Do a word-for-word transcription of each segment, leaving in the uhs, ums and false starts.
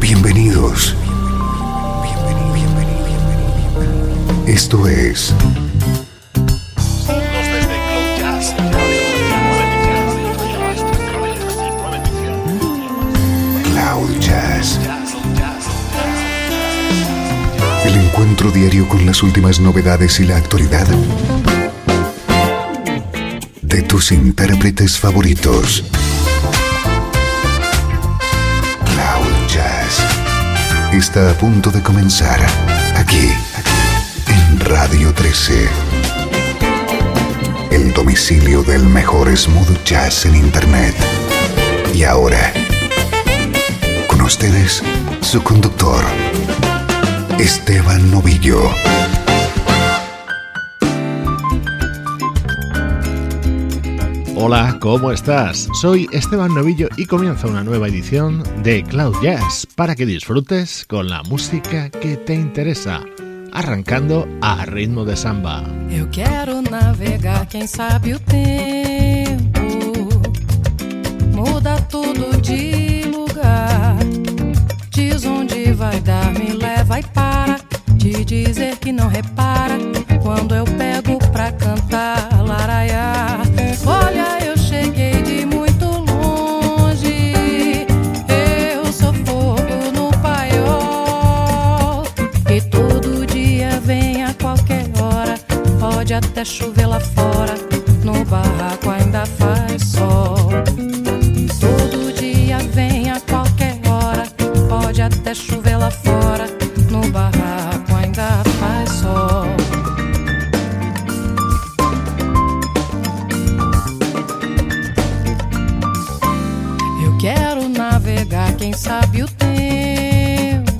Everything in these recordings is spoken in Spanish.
Bienvenidos. Esto es Cloud Jazz. El encuentro diario con las últimas novedades y la actualidad de tus intérpretes favoritos. Cloud Jazz está a punto de comenzar aquí, en Radio trece. El domicilio del mejor smooth jazz en internet. Y ahora, con ustedes, su conductor, Esteban Novillo. Hola, ¿cómo estás? Soy Esteban Novillo y comienza una nueva edición de Cloud Jazz para que disfrutes con la música que te interesa, arrancando a ritmo de samba. Eu quero navegar, quem sabe o tempo muda tudo de lugar. Diz onde vai dar, me leva e para de dizer que não repara quando eu pego pra cantar laraiá. Olha, eu cheguei de muito longe, eu sou fogo no paiol, e todo dia vem a qualquer hora, pode até chover lá fora, no barraco ainda faz sol. Todo dia vem a qualquer hora, pode até chover lá fora, no barraco ainda faz sol. Eu quero navegar, quem sabe o tempo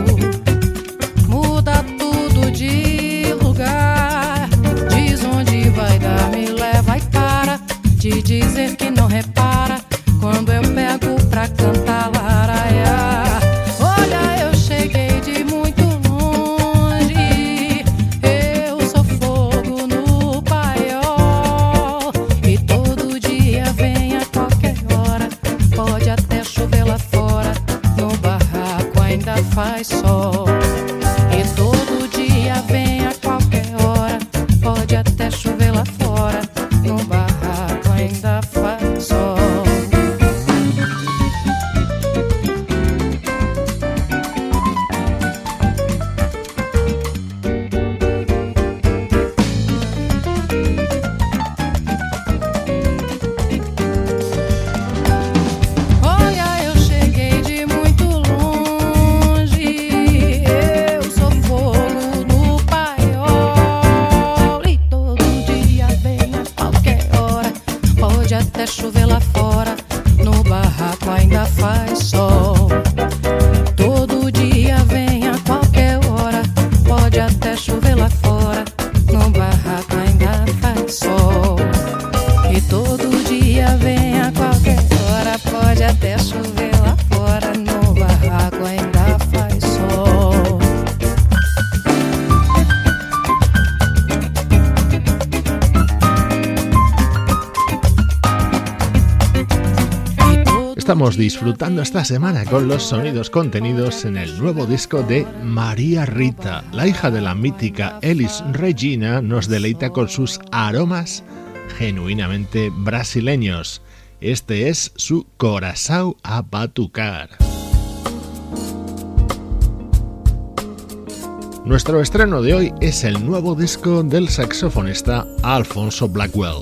muda tudo de lugar. Diz onde vai dar, me leva e para de dizer que não repara quando eu pego pra cantar laraiá. Olha, eu cheguei de muito longe, eu sou fogo no paiol, e todo dia vem a qualquer hora, pode até chover lá fora, no barraco ainda faz sol. E todo dia vem a qualquer hora, pode até chover lá fora, no barraco ainda faz sol. Olha, eu cheguei de muito longe, eu sou fogo no paiol, e todo dia vem a qualquer hora, pode até chover lá fora, no barraco ainda faz sol. Todo dia vem a qualquer hora, pode até chover lá fora, no barraco ainda faz sol. E todo dia vem a qualquer hora, pode até chover lá fora, no barraco ainda faz sol. Estamos disfrutando esta semana con los sonidos contenidos en el nuevo disco de María Rita. La hija de la mítica Elis Regina nos deleita con sus aromas genuinamente brasileños. Este es su Coração a Batucar. Nuestro estreno de hoy es el nuevo disco del saxofonista Alfonso Blackwell.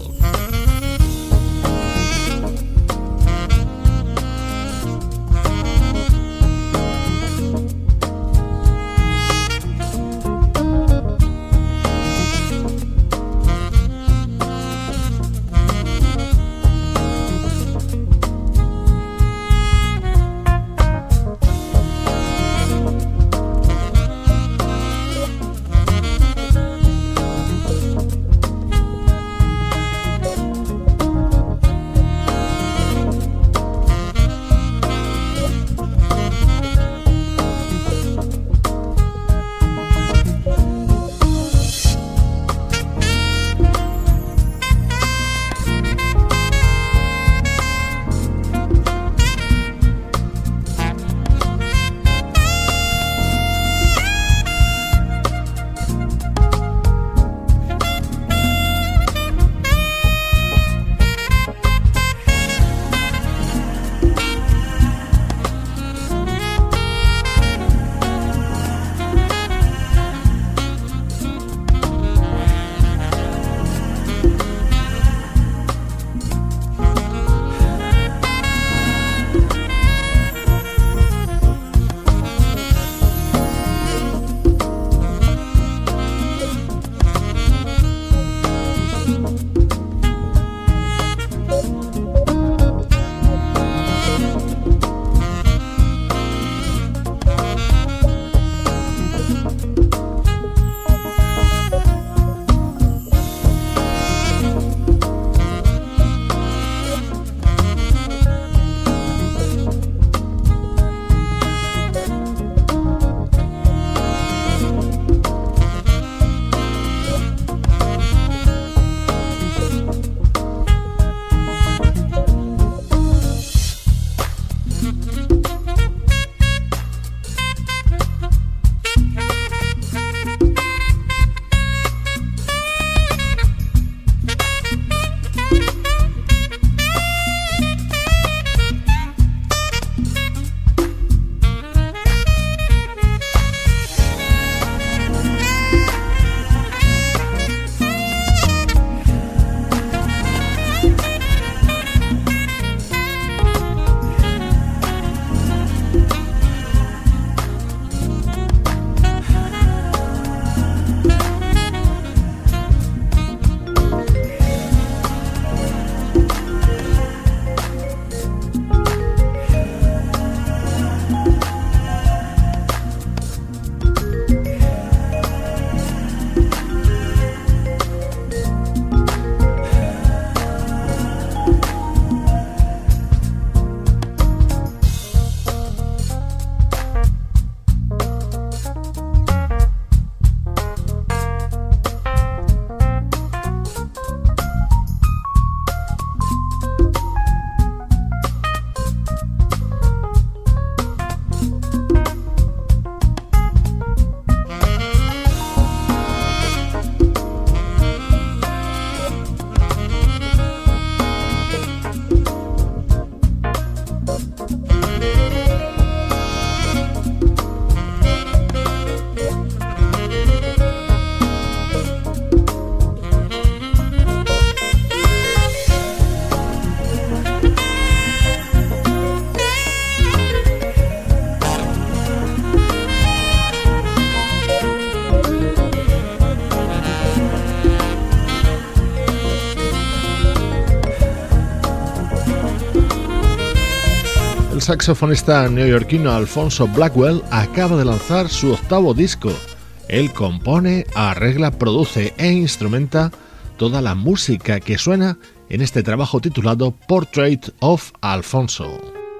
saxofonista neoyorquino Alphonso Blackwell acaba de lanzar su octavo disco. Él compone, arregla, produce e instrumenta toda la música que suena en este trabajo titulado Portrait of Alphonso.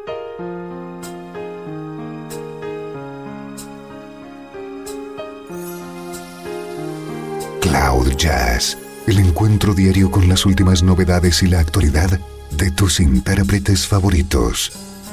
Cloud Jazz, el encuentro diario con las últimas novedades y la actualidad de tus intérpretes favoritos.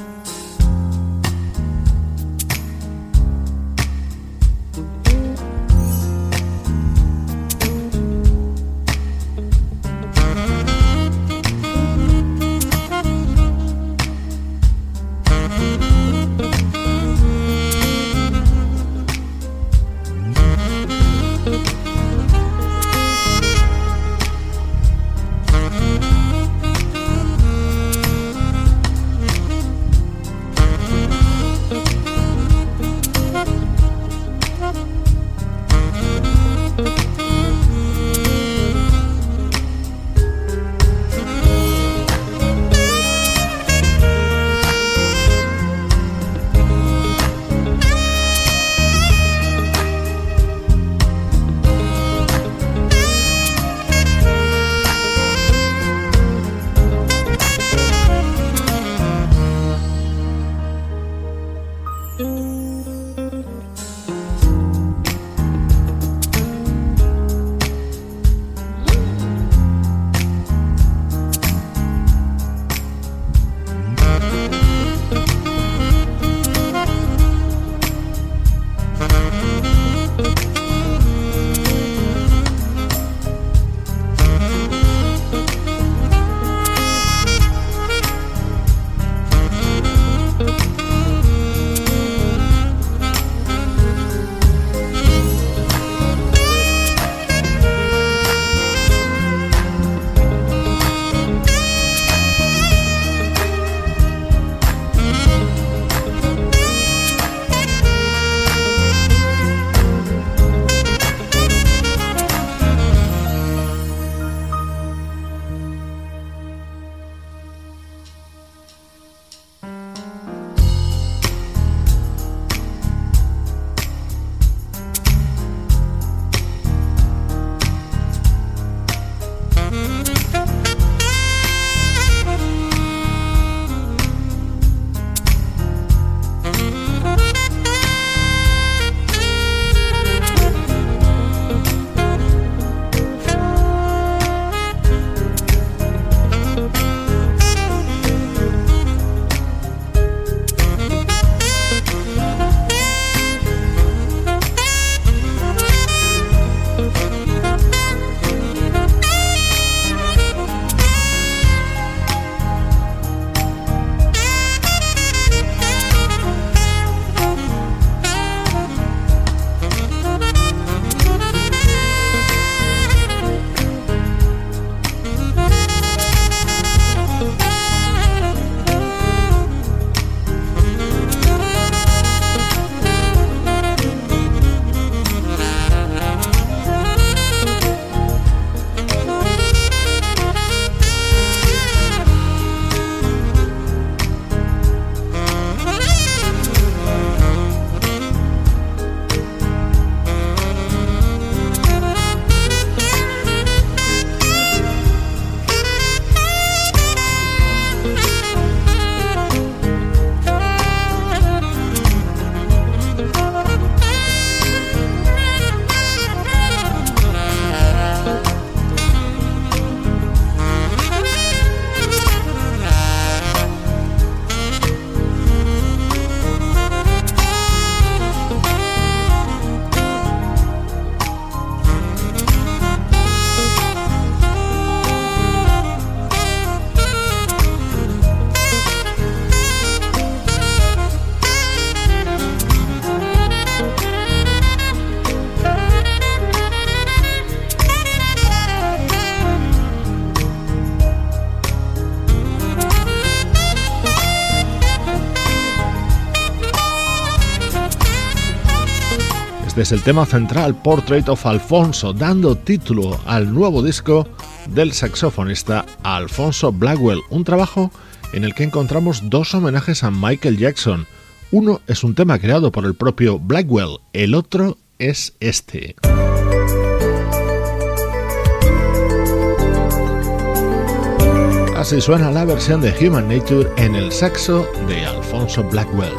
Este es el tema central, Portrait of Alphonso, dando título al nuevo disco del saxofonista Alphonso Blackwell, un trabajo en el que encontramos dos homenajes a Michael Jackson. Uno es un tema creado por el propio Blackwell, el otro es este. Así suena la versión de Human Nature en el saxo de Alphonso Blackwell.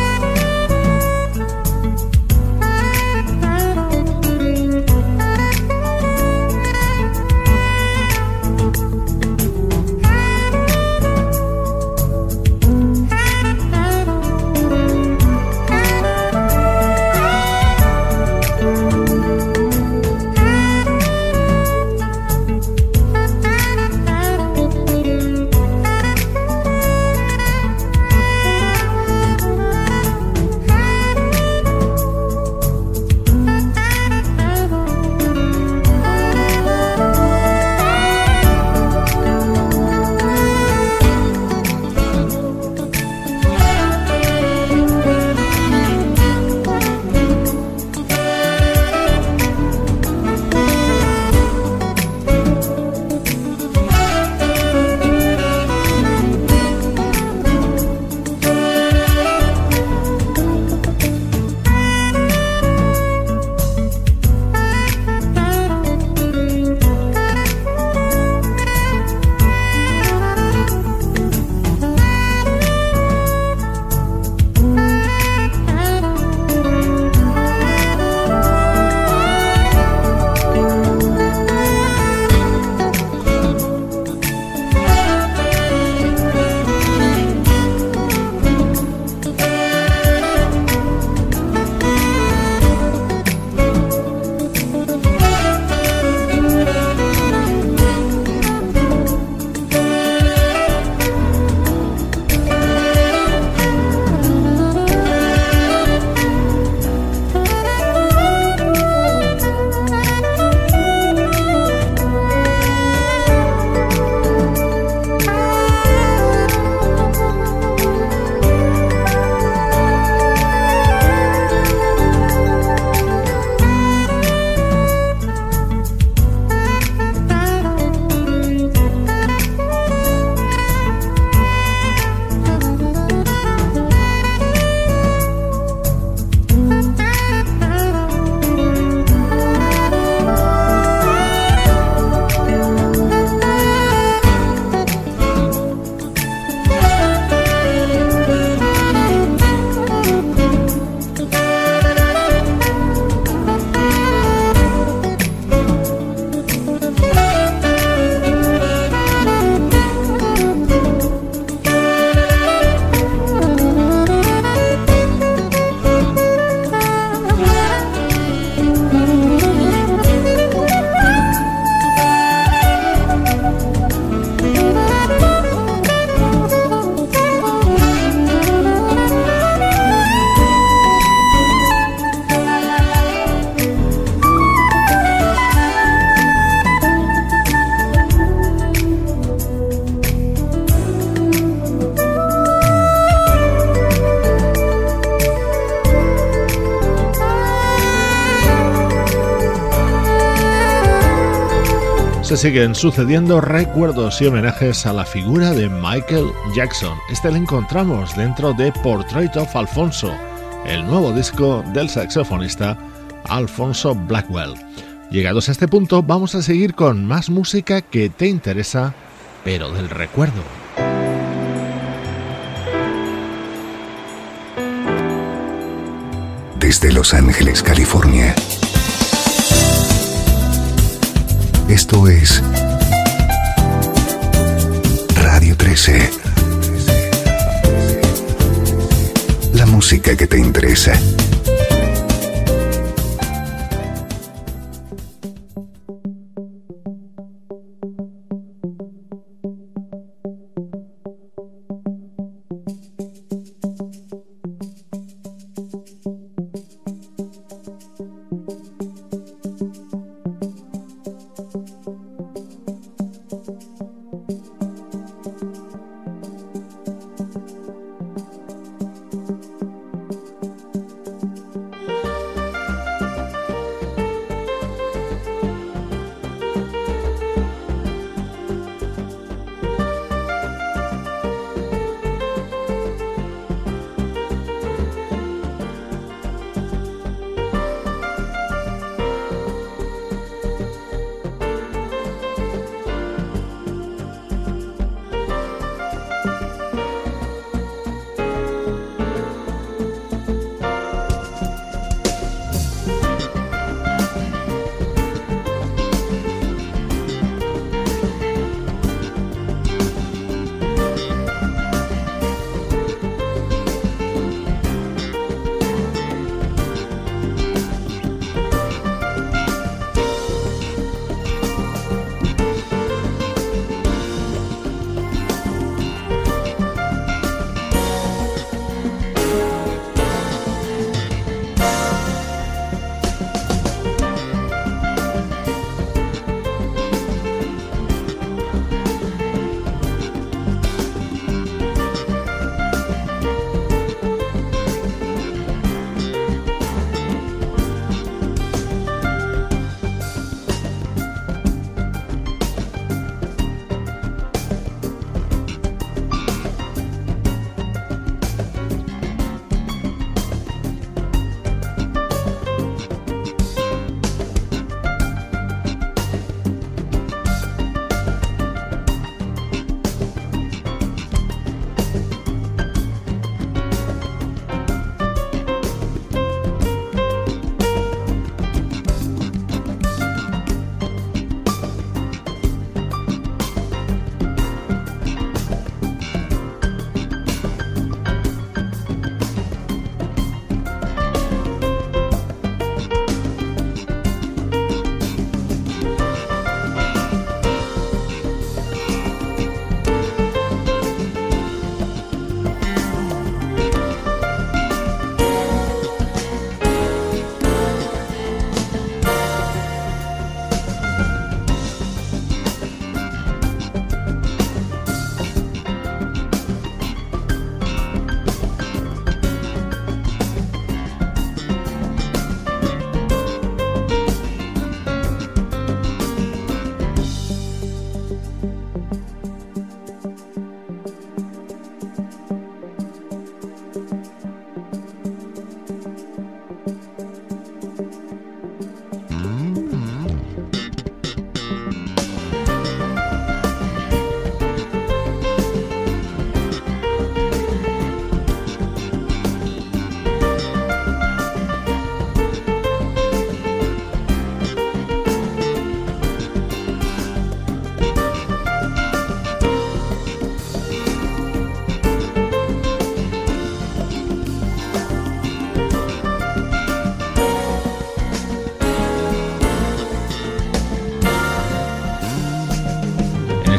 Se siguen sucediendo recuerdos y homenajes a la figura de Michael Jackson. Este lo encontramos dentro de Portrait of Alfonso, el nuevo disco del saxofonista Alphonso Blackwell. Llegados a este punto, vamos a seguir con más música que te interesa, pero del recuerdo. Desde Los Ángeles, California. Esto es Radio trece. La música que te interesa.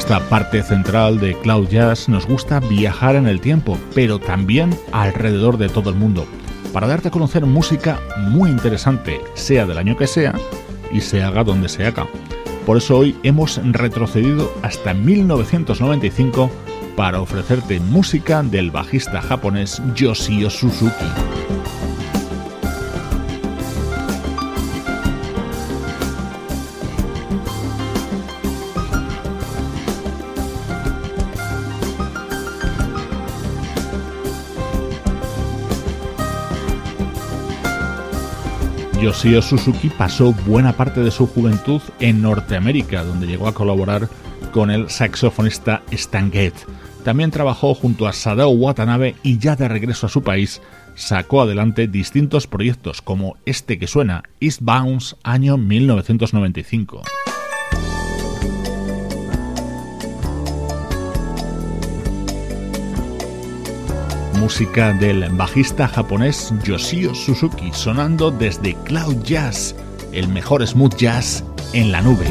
esta parte central de Cloud Jazz nos gusta viajar en el tiempo, pero también alrededor de todo el mundo, para darte a conocer música muy interesante, sea del año que sea y se haga donde se haga. Por eso hoy hemos retrocedido hasta mil novecientos noventa y cinco para ofrecerte música del bajista japonés Yoshio Suzuki. Yoshio Suzuki pasó buena parte de su juventud en Norteamérica, donde llegó a colaborar con el saxofonista Stan Getz. También trabajó junto a Sadao Watanabe y ya de regreso a su país sacó adelante distintos proyectos como este que suena, Eastbound, año mil novecientos noventa y cinco. Música del bajista japonés Yoshio Suzuki, sonando desde Cloud Jazz, el mejor smooth jazz en la nube.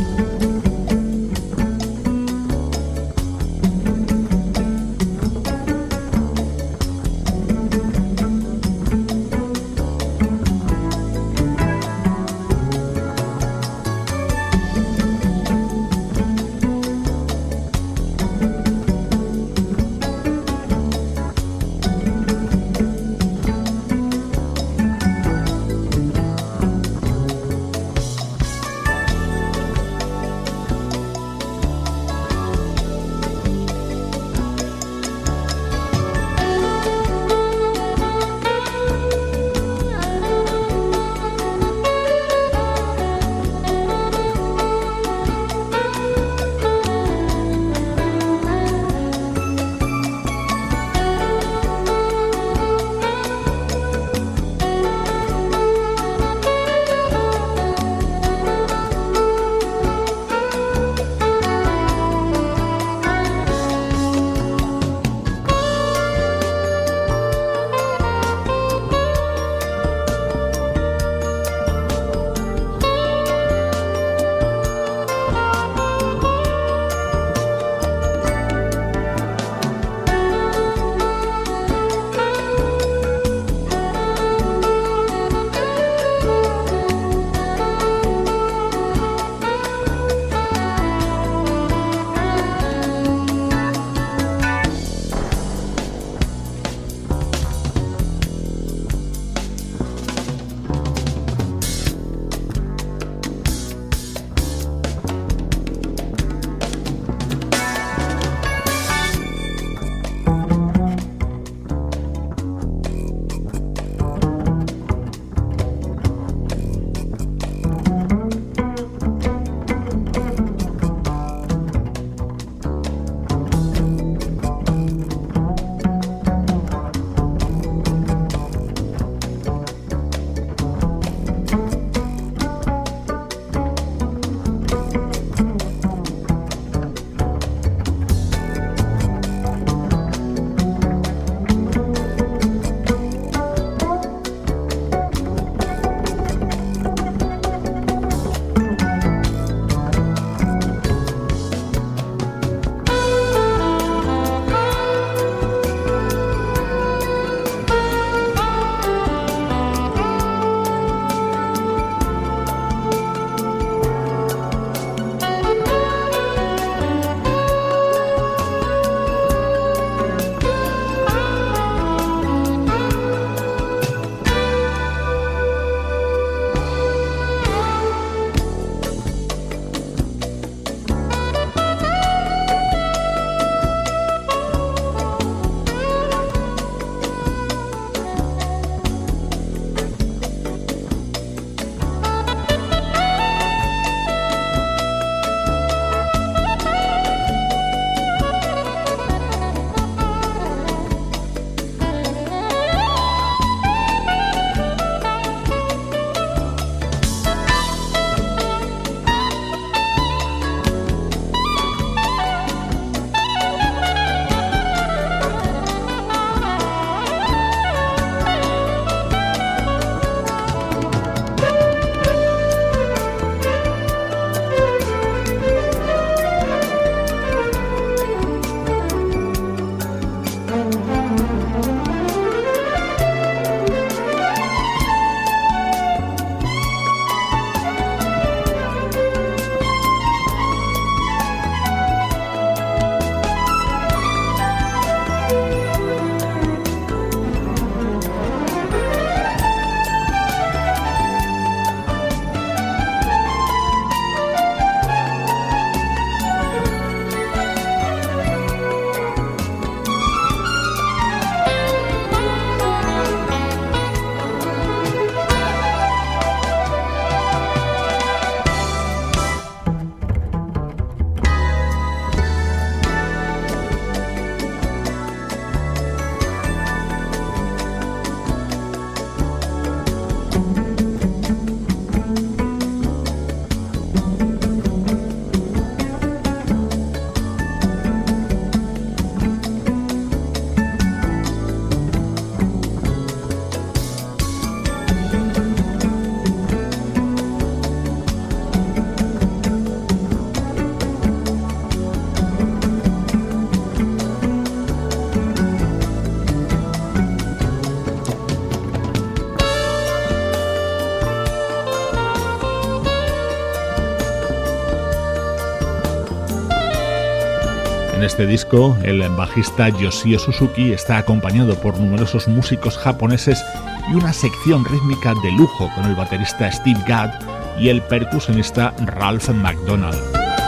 este disco, el bajista Yoshio Suzuki está acompañado por numerosos músicos japoneses y una sección rítmica de lujo con el baterista Steve Gadd y el percusionista Ralph McDonald.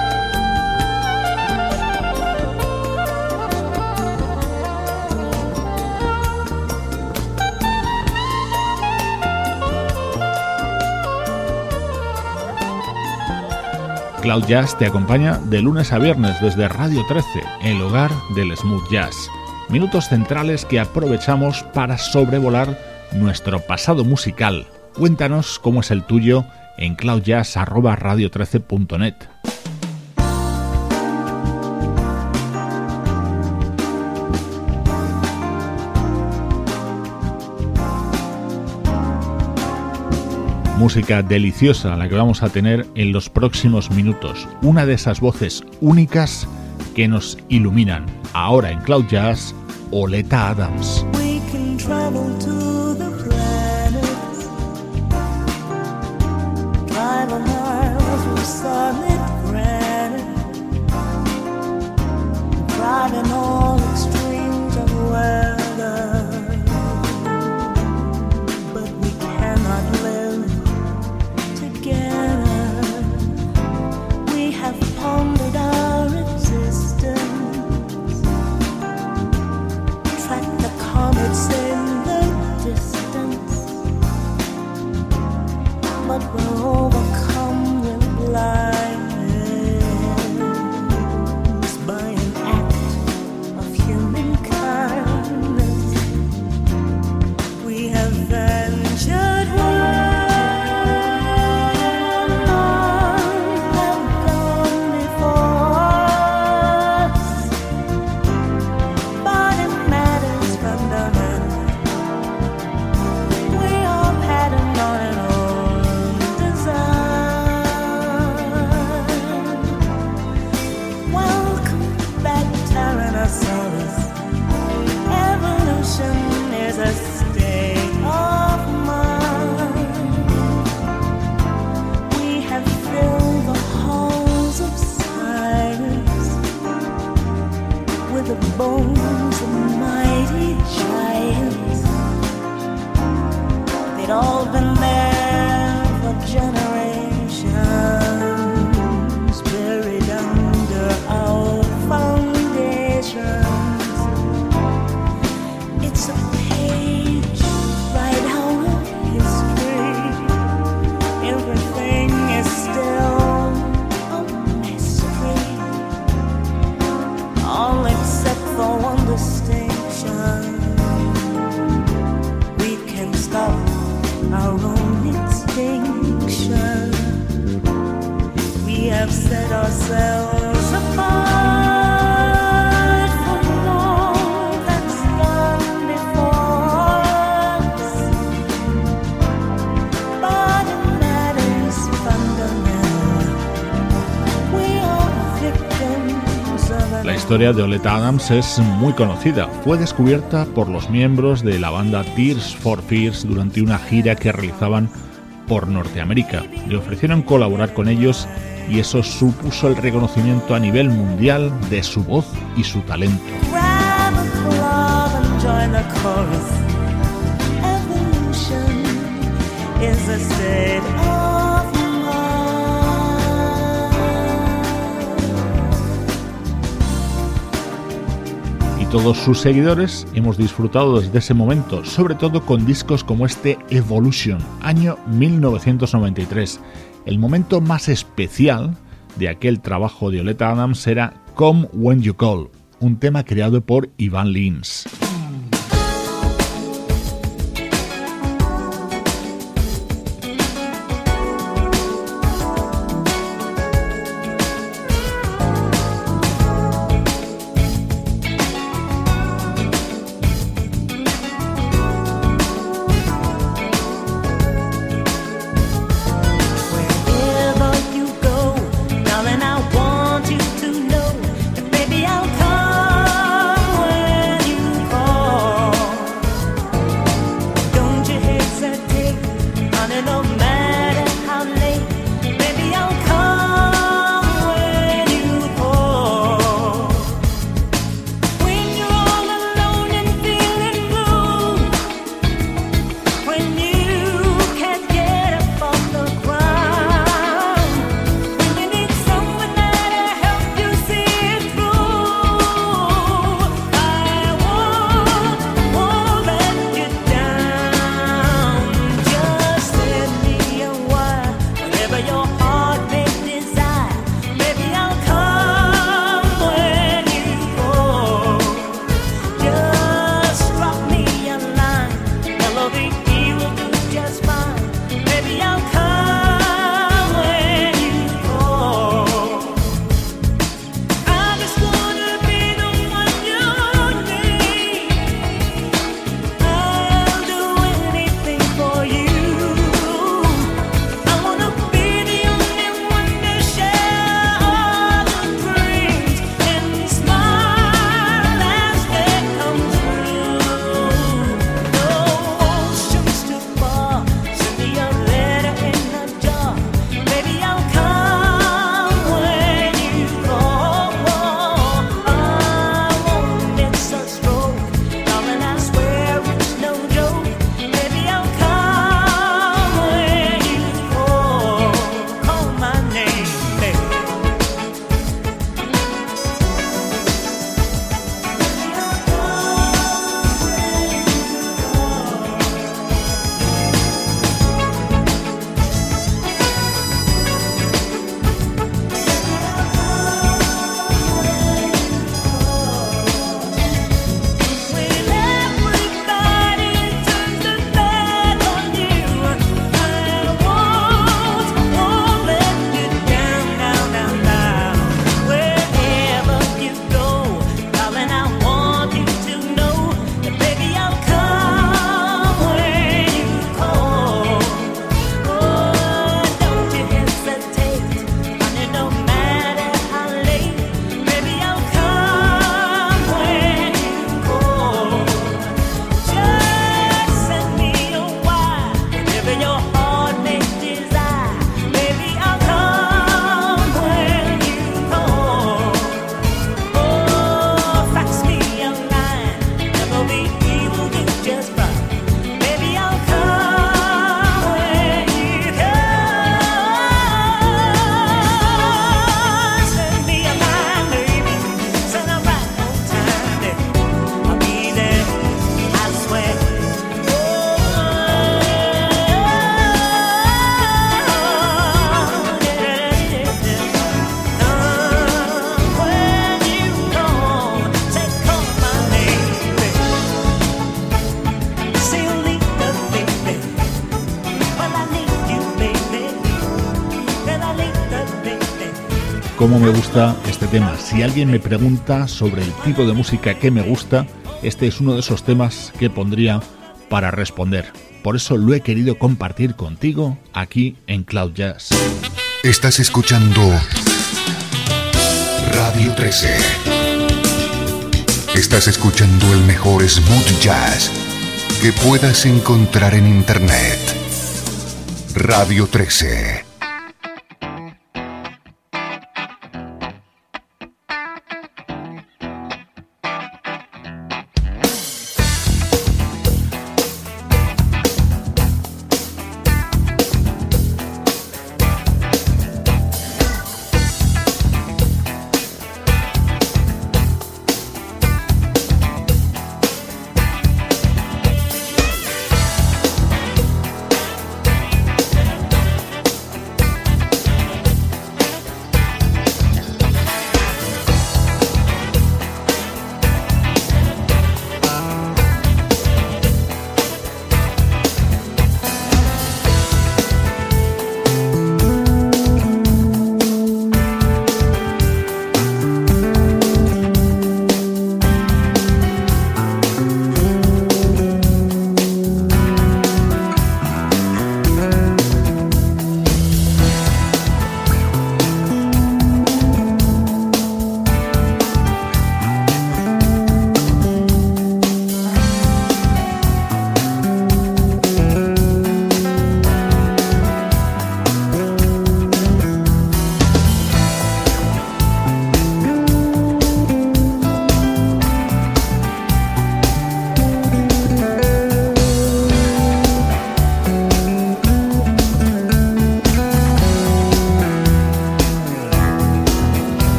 Cloud Jazz te acompaña de lunes a viernes desde Radio trece, el hogar del smooth jazz. Minutos centrales que aprovechamos para sobrevolar nuestro pasado musical. Cuéntanos cómo es el tuyo en cloud jazz arroba radio trece punto net. Música deliciosa la que vamos a tener en los próximos minutos. Una de esas voces únicas que nos iluminan. Ahora en Cloud Jazz, Oleta Adams. We can travel to the planets, drive a mile through solid granite, drive in all extremes of weather, but we cannot live together. We have pondered our existence, tracked the comets in the distance, but we're overcome with blindness by an act of human kindness. We have ventured wide. Bones of mighty giants, they'd all been there for generations, buried under our foundations. It's a page right out of history. Everything is still a mystery, all except for one distinction. We can stop our own extinction. We have set ourselves apart from all that's gone before us, but it matters fundamental. We are victims of an La historia de Oleta Adams es muy conocida. Fue descubierta por los miembros de la banda Tears for Fears durante una gira que realizaban por Norteamérica. Le ofrecieron colaborar con ellos y eso supuso el reconocimiento a nivel mundial de su voz y su talento. grab a club and join the chorus. Evolution is a state of mind. Y todos sus seguidores hemos disfrutado desde ese momento, sobre todo con discos como este Evolution, año mil novecientos noventa y tres. El momento más especial de aquel trabajo de Oleta Adams era Come When You Call, un tema creado por Ivan Lins. Call cómo me gusta este tema. Si alguien me pregunta sobre el tipo de música que me gusta, este es uno de esos temas que pondría para responder. Por eso lo he querido compartir contigo aquí en Cloud Jazz. Estás escuchando Radio trece. Estás escuchando el mejor smooth jazz que puedas encontrar en Internet. Radio trece.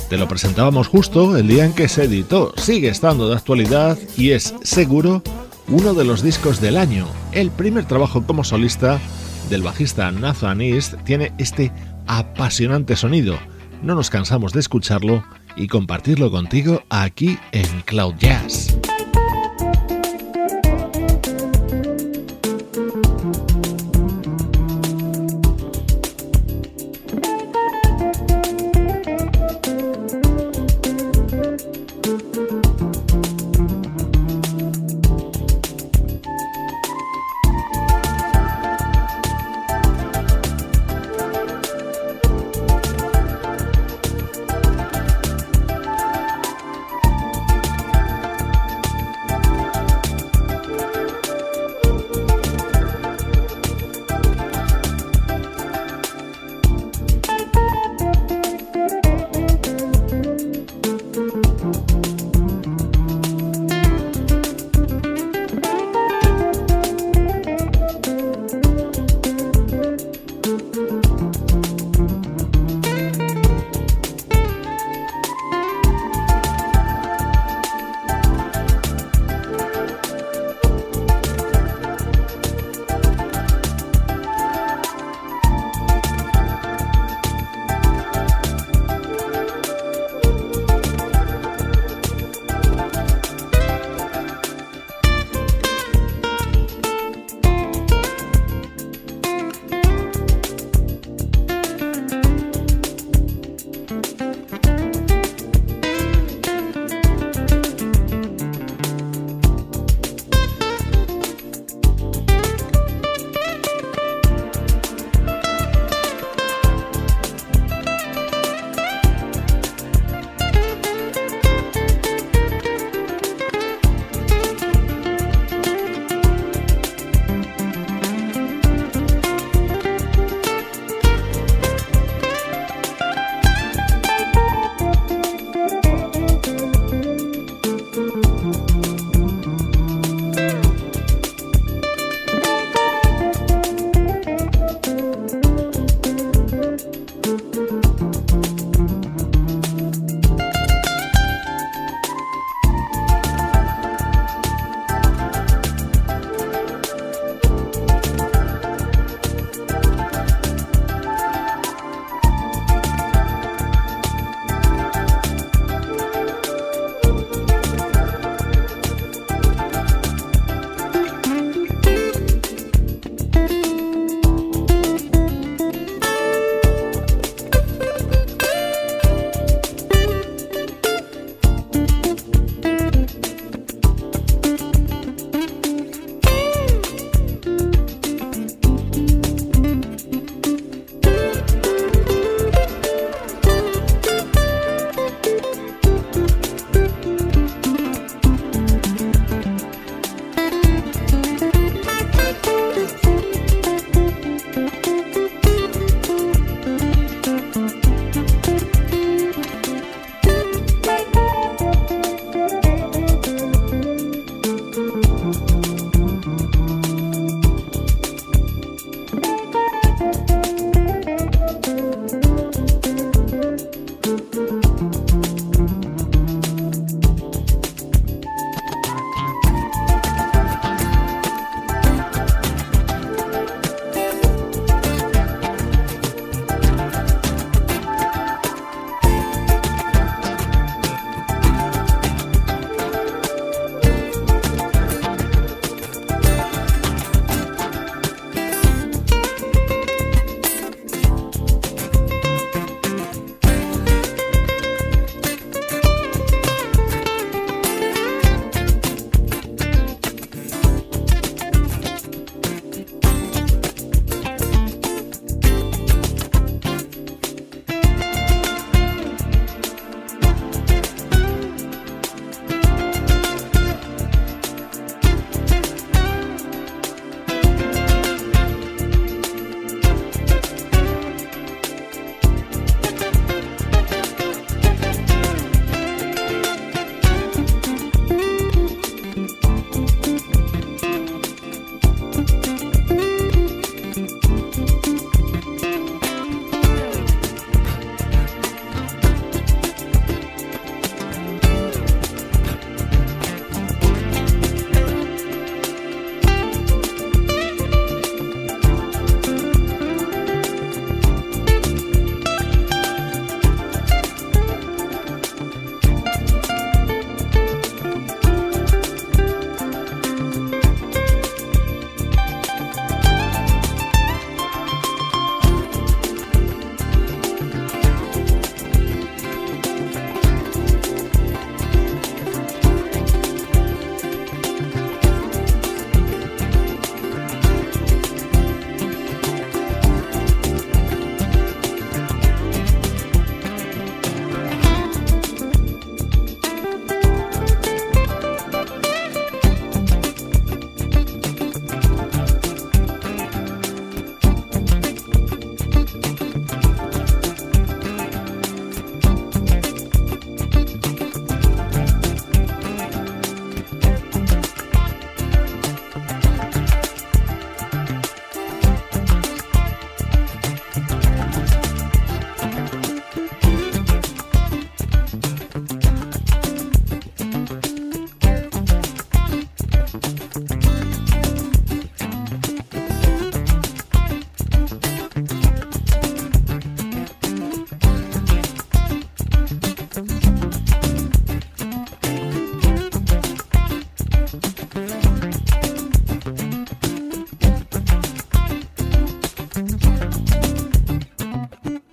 Te lo presentábamos justo el día en que se editó. Sigue estando de actualidad y es seguro uno de los discos del año. El primer trabajo como solista del bajista Nathan East tiene este apasionante sonido. No nos cansamos de escucharlo y compartirlo contigo aquí en Cloud Jazz.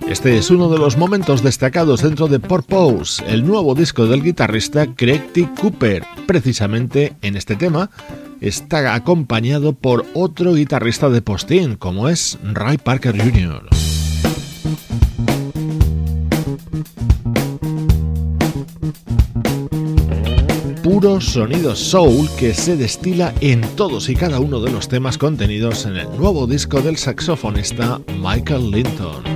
Este es uno de los momentos destacados dentro de Purpose, el nuevo disco del guitarrista Craig T. Cooper. Precisamente en este tema está acompañado por otro guitarrista de postín, como es Ray Parker junior Puro sonido soul que se destila en todos y cada uno de los temas contenidos en el nuevo disco del saxofonista Michael Linton.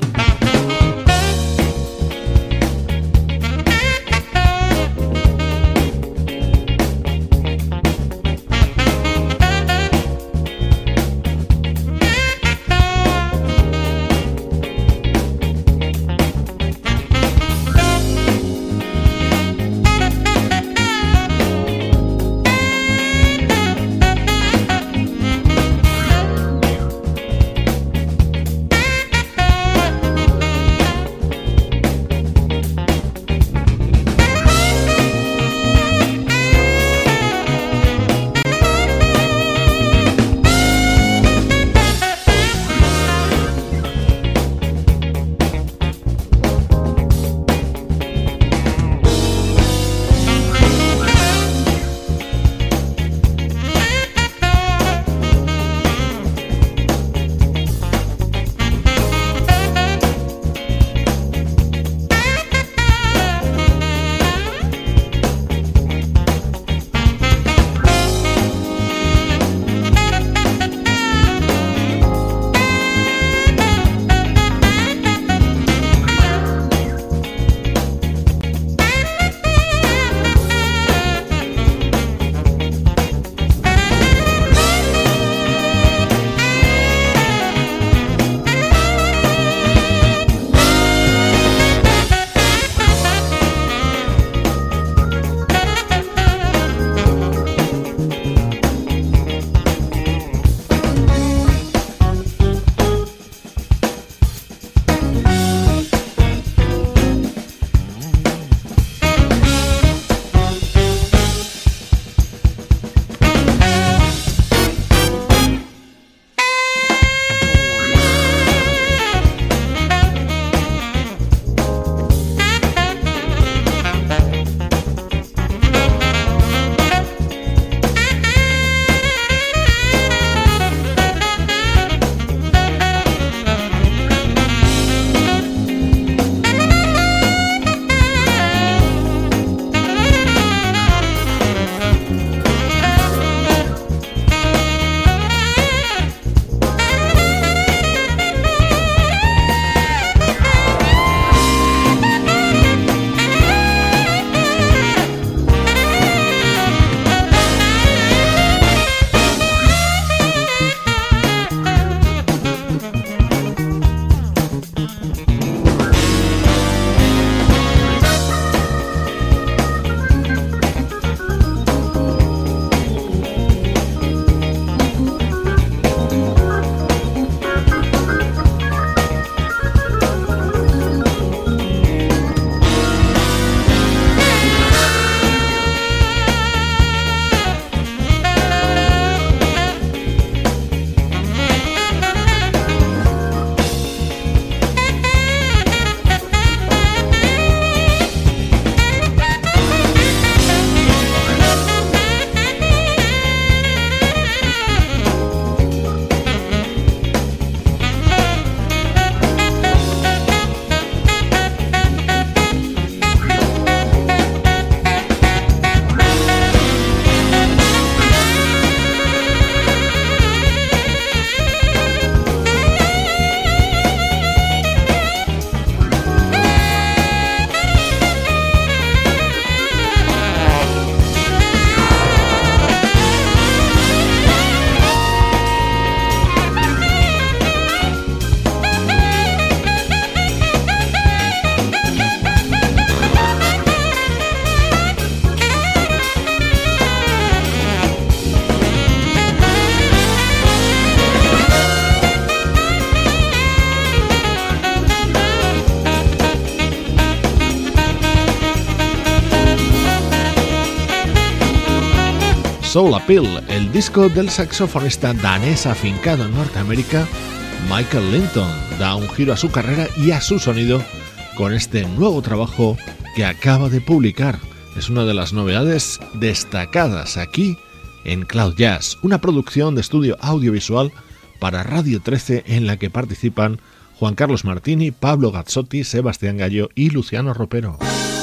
Soul Appeal, el disco del saxofonista danés afincado en Norteamérica, Michael Linton da un giro a su carrera y a su sonido con este nuevo trabajo que acaba de publicar. Es una de las novedades destacadas aquí en Cloud Jazz, una producción de estudio audiovisual para Radio trece en la que participan Juan Carlos Martini, Pablo Gazzotti, Sebastián Gallo y Luciano Ropero.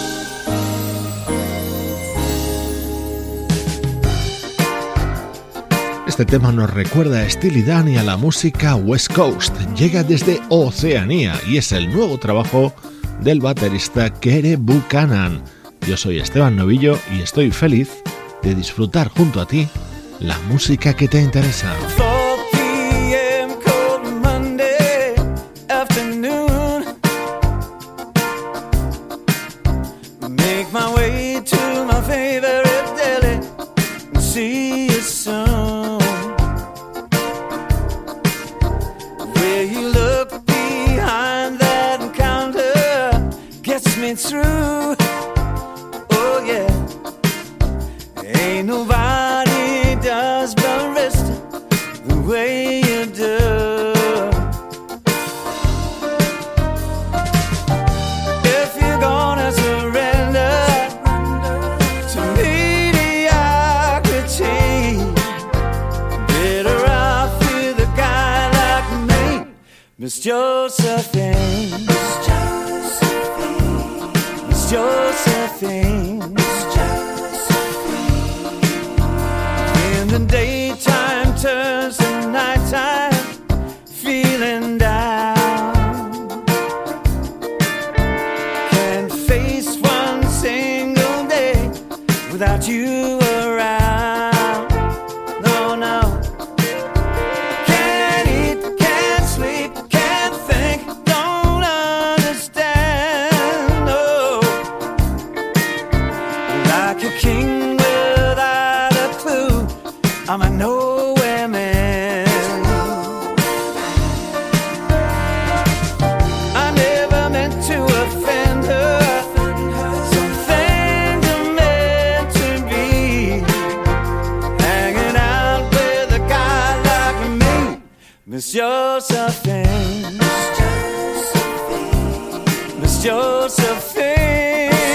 Este tema nos recuerda a Steely Dan y a la música West Coast. Llega desde Oceanía y es el nuevo trabajo del baterista Kere Buchanan. Yo soy Esteban Novillo y estoy feliz de disfrutar junto a ti la música que te interesa. Through, oh yeah, ain't nobody does but rest the way you do. If you're gonna surrender to mediocrity, better off with a guy like me, Miss Josephine. Josephine, in the daytime turns to nighttime, feeling down, can't face one single day without you around. No, no, can't eat, can't sleep, can't think, don't understand. No, like a king without a clue, I'm a nowhere man. I never meant to offend her, some things are meant to be, hanging out with a guy like me, Miss Josephine, Miss Josephine.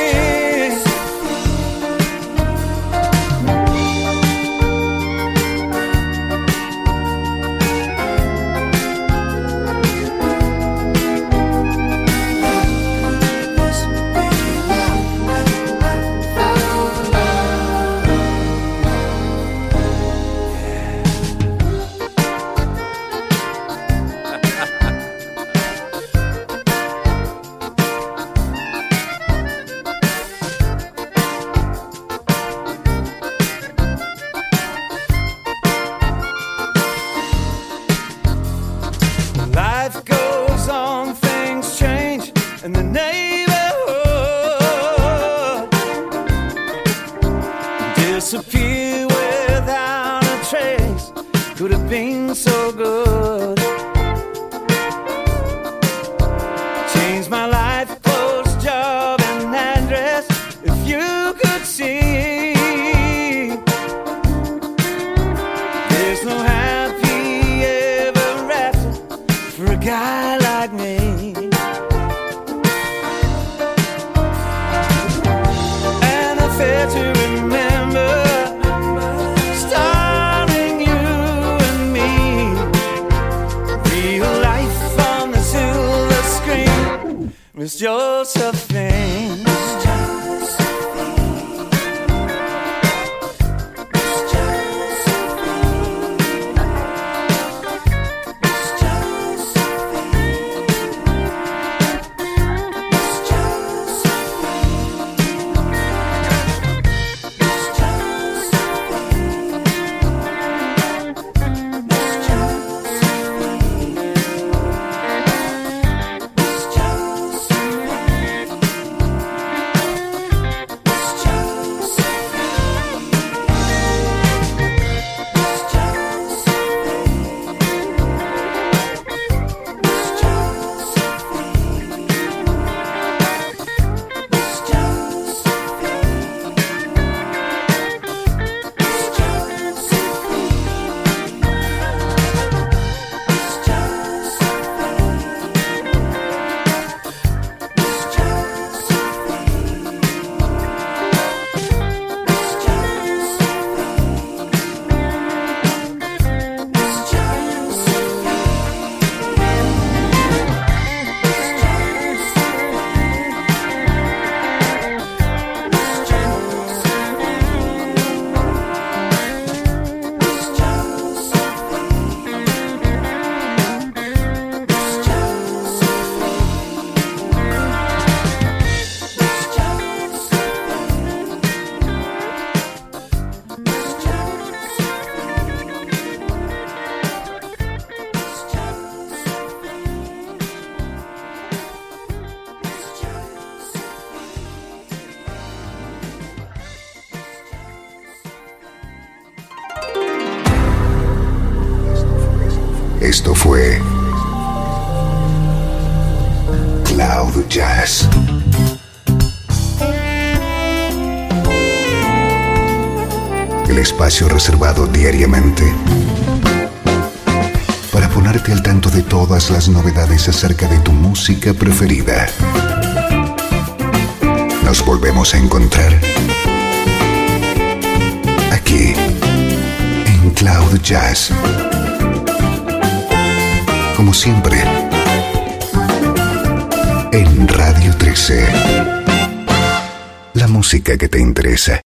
Disappear without a trace, could have been so good. Changed my life, clothes, job and address, if you could see. There's no happy ever after for a guy like me. And I fair to remember, starring you and me, real life on the silver screen, Miss Josephine. Esto fue Cloud Jazz. El espacio reservado diariamente para ponerte al tanto de todas las novedades acerca de tu música preferida. Nos volvemos a encontrar aquí en Cloud Jazz. Como siempre, en Radio trece. La música que te interesa.